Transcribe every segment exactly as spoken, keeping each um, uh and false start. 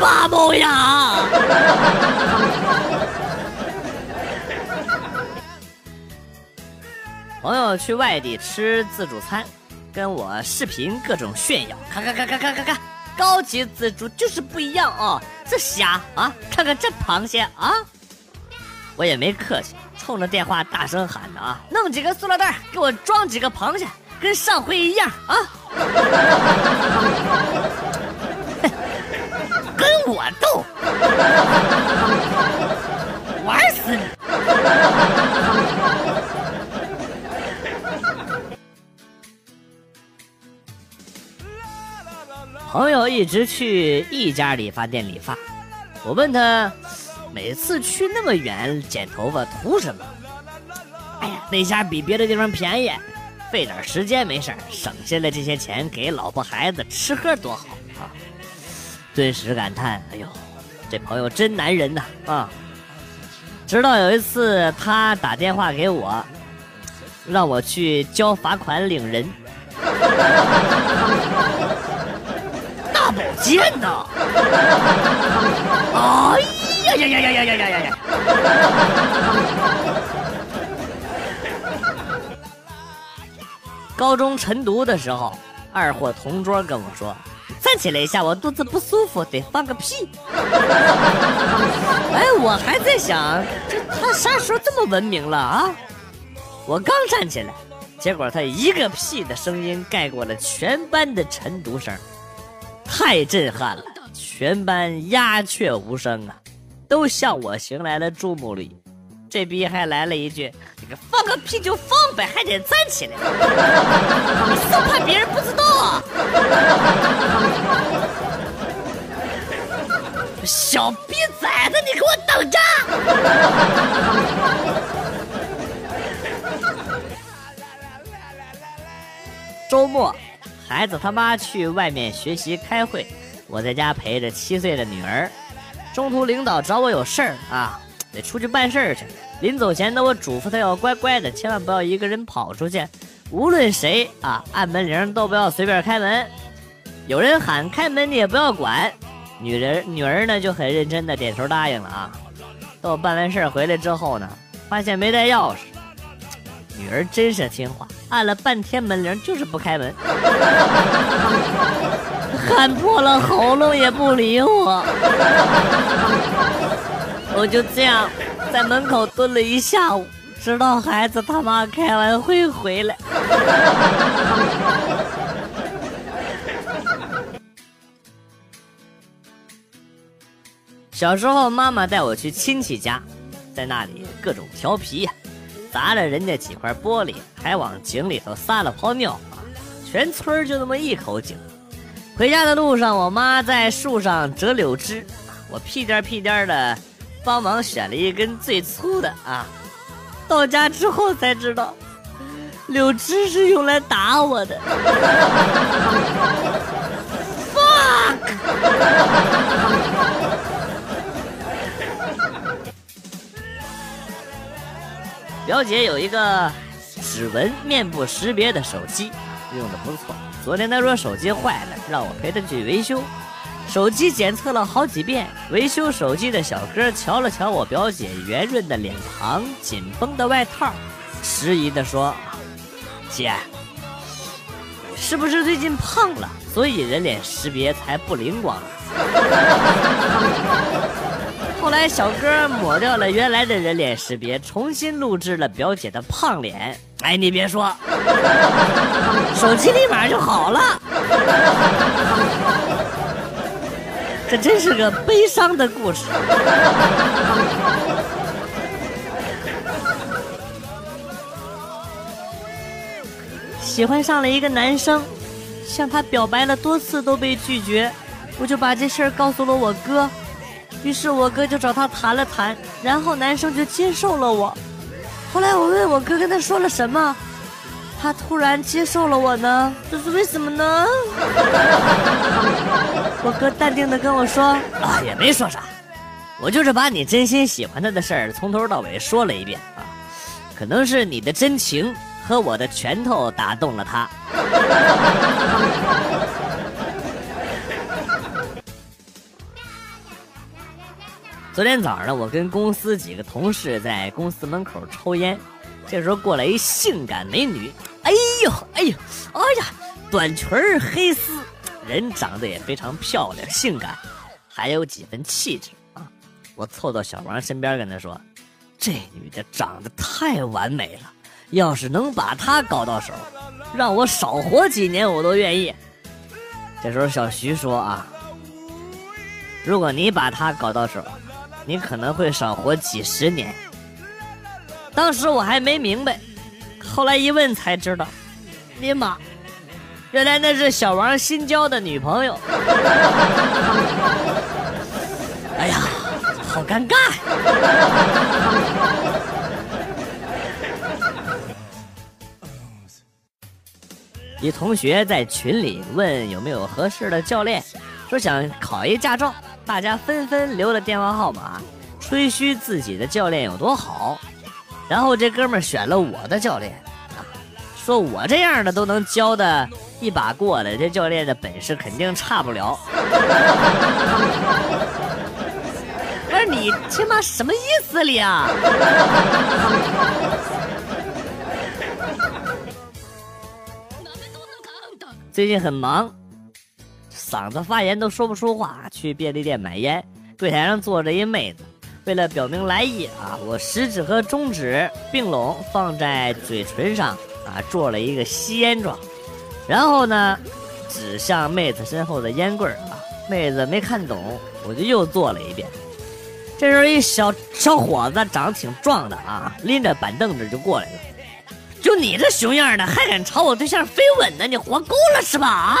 八毛呀！朋友去外地吃自助餐，跟我视频各种炫耀，看看看看看看看，高级自助就是不一样哦，这虾啊，看看这螃蟹啊，我也没客气，冲着电话大声喊的啊，弄几个塑料袋给我装几个螃蟹，跟上回一样啊！跟我斗，玩死你！朋友一直去一家理发店理发，我问他每次去那么远剪头发图什么？哎呀，那家比别的地方便宜，费点时间没事，省下来这些钱给老婆孩子吃喝多好啊！顿时感叹，哎呦，这朋友真男人呐啊！直到有一次他打电话给我，让我去交罚款领人。大保健呢？哎呀呀呀呀呀呀呀呀呀！高中晨读的时候，二货同桌跟我说：“站起来一下，我肚子不舒服，得放个屁。”哎，我还在想，这他啥时候这么文明了啊？我刚站起来，结果他一个屁的声音盖过了全班的晨读声。太震撼了，全班鸦雀无声啊，都向我行来了注目礼。这逼还来了一句：“这个放个屁就放呗，还得站起来，你是怕别人不知道啊？”小逼崽子，你给我等着！周末。孩子他妈去外面学习开会，我在家陪着七岁的女儿。中途领导找我有事儿啊，得出去办事儿去。临走前呢，我嘱咐他要乖乖的，千万不要一个人跑出去，无论谁啊按门铃都不要随便开门。有人喊开门你也不要管。女人女儿呢就很认真的点头答应了啊。等我办完事儿回来之后呢，发现没带钥匙。女儿真是听话，按了半天门铃就是不开门，喊破了喉咙也不理我。我就这样在门口蹲了一下午，直到孩子他妈开完会回来。小时候妈妈带我去亲戚家，在那里各种调皮呀、啊砸了人家几块玻璃，还往井里头撒了泡尿啊！全村就那么一口井。回家的路上，我妈在树上折柳枝，我屁颠屁颠的帮忙选了一根最粗的啊。到家之后才知道，柳枝是用来打我的。fuck！表姐有一个指纹面部识别的手机，用的不错。昨天她说手机坏了，让我陪她去维修。手机检测了好几遍，维修手机的小哥瞧了瞧我表姐圆润的脸庞、紧绷的外套，迟疑地说：“姐，是不是最近胖了，所以人脸识别才不灵光了？”后来小哥抹掉了原来的人脸识别，重新录制了表姐的胖脸。哎，你别说，手机立马就好了。这真是个悲伤的故事。喜欢上了一个男生，向他表白了多次都被拒绝，我就把这事儿告诉了我哥。于是我哥就找他谈了谈，然后男生就接受了我。后来我问我哥跟他说了什么，他突然接受了我呢？这是为什么呢？我哥淡定的跟我说：“啊，也没说啥，我就是把你真心喜欢他的事儿从头到尾说了一遍啊。可能是你的真情和我的拳头打动了他。” 昨天早上呢，我跟公司几个同事在公司门口抽烟，这时候过来一性感美女，哎呦哎呦哎呀，短裙黑丝，人长得也非常漂亮性感，还有几分气质啊！我凑到小王身边跟他说，这女的长得太完美了，要是能把她搞到手，让我少活几年我都愿意。这时候小徐说啊，如果你把她搞到手，你可能会少活几十年。当时我还没明白，后来一问才知道，你妈，原来那是小王新交的女朋友。哎呀，好尴尬。一同学在群里问有没有合适的教练，说想考一驾照，大家纷纷留了电话号码，吹嘘自己的教练有多好。然后这哥们儿选了我的教练啊，说我这样的都能教的一把过的，这教练的本事肯定差不了。不是你他妈什么意思里啊？最近很忙，嗓子发炎都说不出话，去便利店买烟，柜台上坐着一妹子，为了表明来意啊，我食指和中指并拢放在嘴唇上啊，做了一个吸烟状，然后呢指向妹子身后的烟棍啊，妹子没看懂，我就又做了一遍。这时候一小小伙子长得挺壮的啊，拎着板凳子就过来了，就你这熊样的还敢朝我对象飞吻呢，你活够了是吧？啊！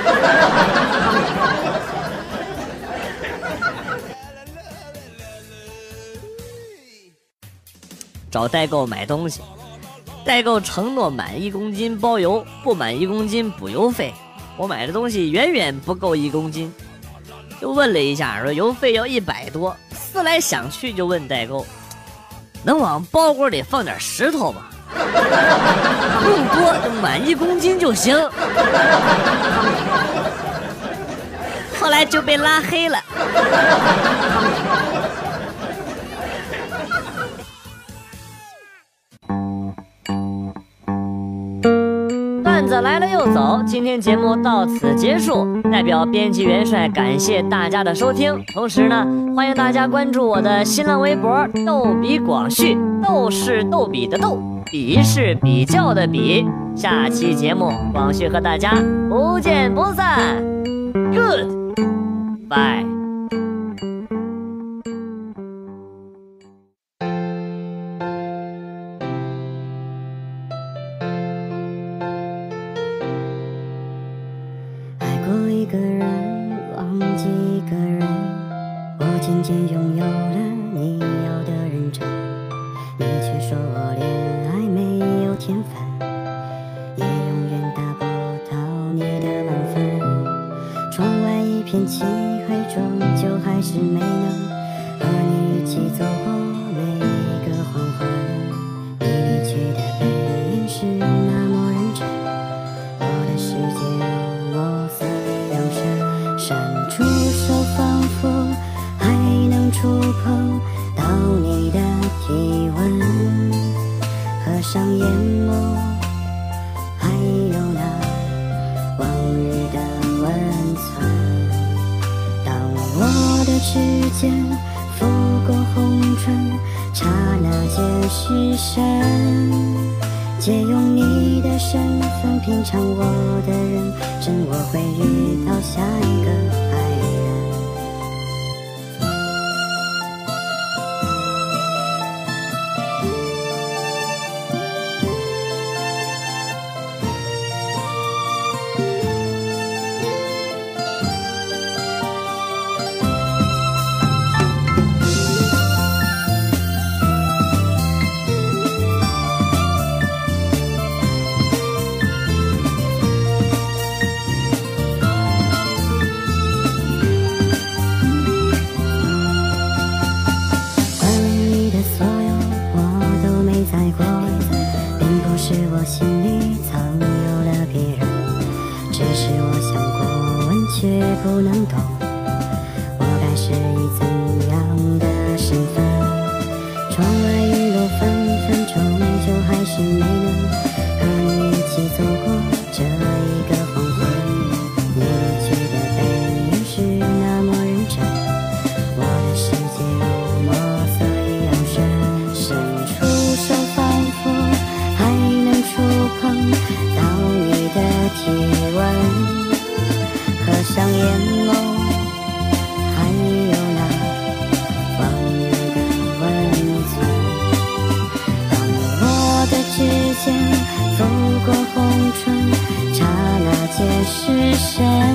找代购买东西，代购承诺满一公斤包邮，不满一公斤补邮费。我买的东西远远不够一公斤，就问了一下，说邮费要一百多。思来想去，就问代购，能往包裹里放点石头吗？不用多，就满一公斤就行。后来就被拉黑了。段子来了又走，今天节目到此结束。代表编辑元帅感谢大家的收听，同时呢，欢迎大家关注我的新浪微博“逗比广旭”，逗是逗比的逗，比是比较的比。下期节目，广旭和大家不见不散。Goodbye。 一个人忘记一个人，我渐渐拥有了你要的认真，你却说我恋爱没有天分，也永远达不到你的满分。窗外一片漆黑，终究还是没能和你一起走过每一个黄昏。你离去的背影是那么认真，我的世界让我似伸出手，仿佛还能触碰到你的体温，合上眼眸，还有那往日的温存。当我的指尖拂过红唇，刹那间失神，借用你的身份品尝我的人生，我会遇到下一个爱人。是我心里藏有了别人，只是我想过问却不能懂，我该是以怎样的是谁？